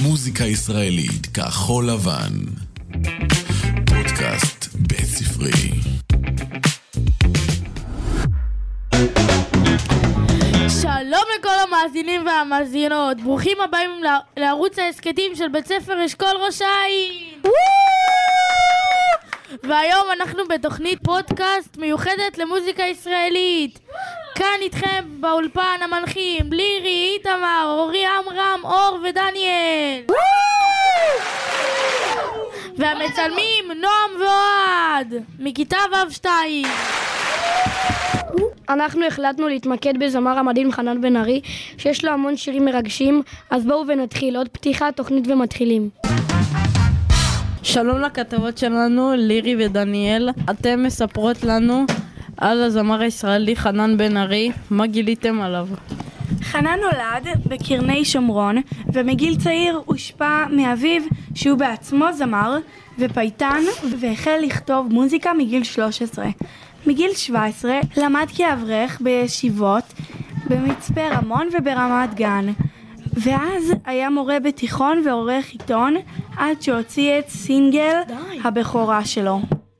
מוזיקה ישראלית כחול לבן. פודקאסט בית ספרי. שלום לכל המאזינים והמאזינות, ברוכים הבאים לערוץ ההסקטים של בית ספר אשכול ראש העין. והיום אנחנו בתוכנית פודקאסט מיוחדת למוזיקה ישראלית. כאן איתכם באולפן המנחים לירי, איתמר, אורי, עמרם, אור ודניאל. והמצלמים נועם ואוהד מכיתה ו'2. אנחנו החלטנו להתמקד בזמר המדהים חנן בן ארי, שיש לו המון שירים מרגשים, אז בואו ונתחיל. עוד פתיחה, תוכנית ומתחילים. שלום לכתבות שלנו, לירי ודניאל. אתם מספרות לנו על הזמר הישראלי חנן בן ארי. מה גיליתם עליו? חנן נולד בקרני שומרון, ומגיל צעיר הושפע מאביו שהוא בעצמו זמר ופייטן, והחל לכתוב מוזיקה מגיל 13. מגיל 17 למד כאברך בישיבות במצפה רמון וברמת גן, ואז היה מורה בתיכון ועורך עיתון עד שהוציא את סינגל הבכורה שלו.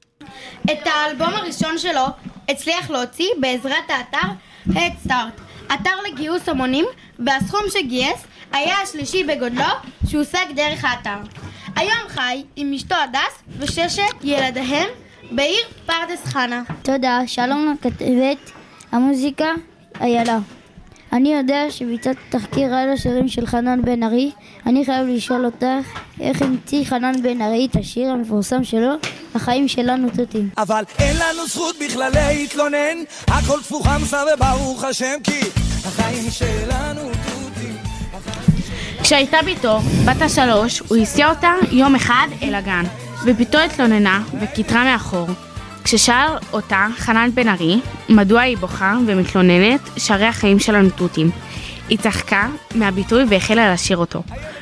את האלבום הראשון שלו הצליח להוציא בעזרת האתר Head Start, אתר לגיוס המונים, והסכום שגייס היה השלישי בגודלו שהושג דרך האתר. היום חי עם אשתו הדס וששת ילדיהם בעיר פרדס חנה. תודה, שלום לכתבת המוזיקה איילה. אני יודע שביצעת תחקיר על השירים של חנן בן ארי. אני חייב לשאול אותך, איך המציא חנן בן ארי את השיר המפורסם שלו, החיים שלנו תותים? אבל אין לנו זכות בכלל להתלונן, הכל תפוך חמסה וברוך השם, כי החיים שלנו תותים. כשהייתה ביתו, בת 3, הוא הסיע אותה יום אחד אל הגן, וביתו התלוננה וכתרה מאחור. כששאל אותה חנן בן ארי מדוע היא בוכה ומתלוננת, שהרי החיים שלנו תותים, היא צחקה מהביטוי והחלה לשיר אותו.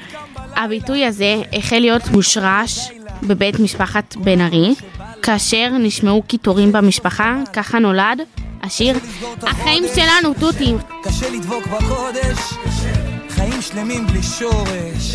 הביטוי הזה החל להיות מושרש בבית משפחת בן ארי. כאשר נשמעו קיטורים במשפחה, ככה נולד השיר החיים שלנו תותים. קשה לדבוק בקודש, חיים שלמים בלי שורש.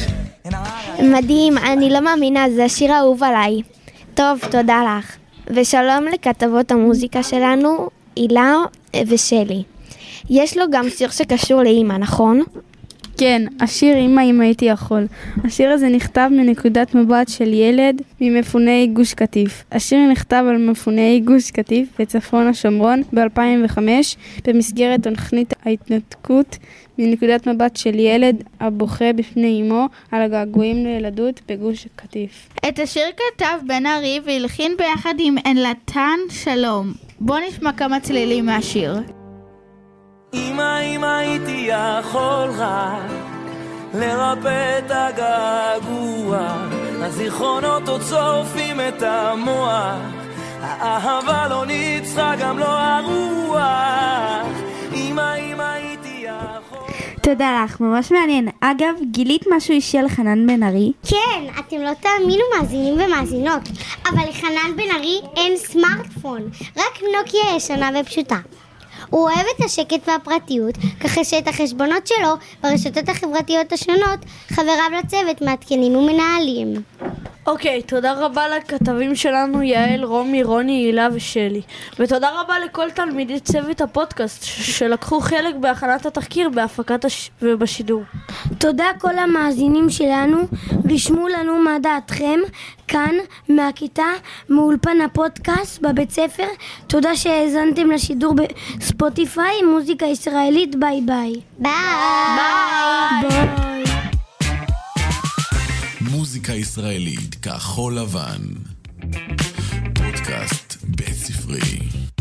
מדהים, אני לא מאמינה, זה השיר האהוב עליי. טוב, תודה לך. ושלום לכתבות המוזיקה שלנו, הילה ושלי. יש לו גם שיר שקשור לאמא, נכון? כן, השיר אמא אם הייתי יכול. השיר הזה נכתב מנקודת מבט של ילד ממפוני גוש קטיף. השיר נכתב על מפוני גוש קטיף בצפון השומרון ב-2005 במסגרת תוכנית ההתנתקות, מנקודת מבט של ילד הבוכה בפני אמו על הגעגועים לילדות בגוש קטיף. את השיר כתב בן ארי והלחין ביחד עם אלנתן שלום. בוא נשמע כמה צלילים מהשיר. אמא אם הייתי יכול רק לרפא את הגעגוע, הזיכרונות עוד שורפים את המוח, האהבה לא ניצחה גם לא הרוח. אמא אם הייתי יכול. תודה לך, ממש מעניין. אגב, גילית משהו אישי על חנן בן ארי? כן, אתם לא תאמינו מאזינים ומאזינות, אבל לחנן בן ארי אין סמארטפון, רק נוקיה ישנה ופשוטה. הוא אוהב את השקט והפרטיות, ככה שאת החשבונות שלו ברשתות החברתיות השונות חבריו לצוות מעדכנים ומנהלים. אוקיי, תודה רבה לכתבים שלנו יעל, רומי, רוני, הילה ושלי. ותודה רבה לכל תלמידי צוות הפודקאסט שלקחו חלק בהכנת התחקיר, בהפקת ובשידור. תודה כל המאזינים שלנו, רשמו לנו מה דעתכם כאן מהכיתה, מאולפן הפודקאסט בבית ספר. תודה שהאזנתם לשידור בספוטיפיי, מוזיקה ישראלית. ביי ביי. ביי. ביי. מוזיקה ישראלית כחול לבן. פודקאסט בית ספרי.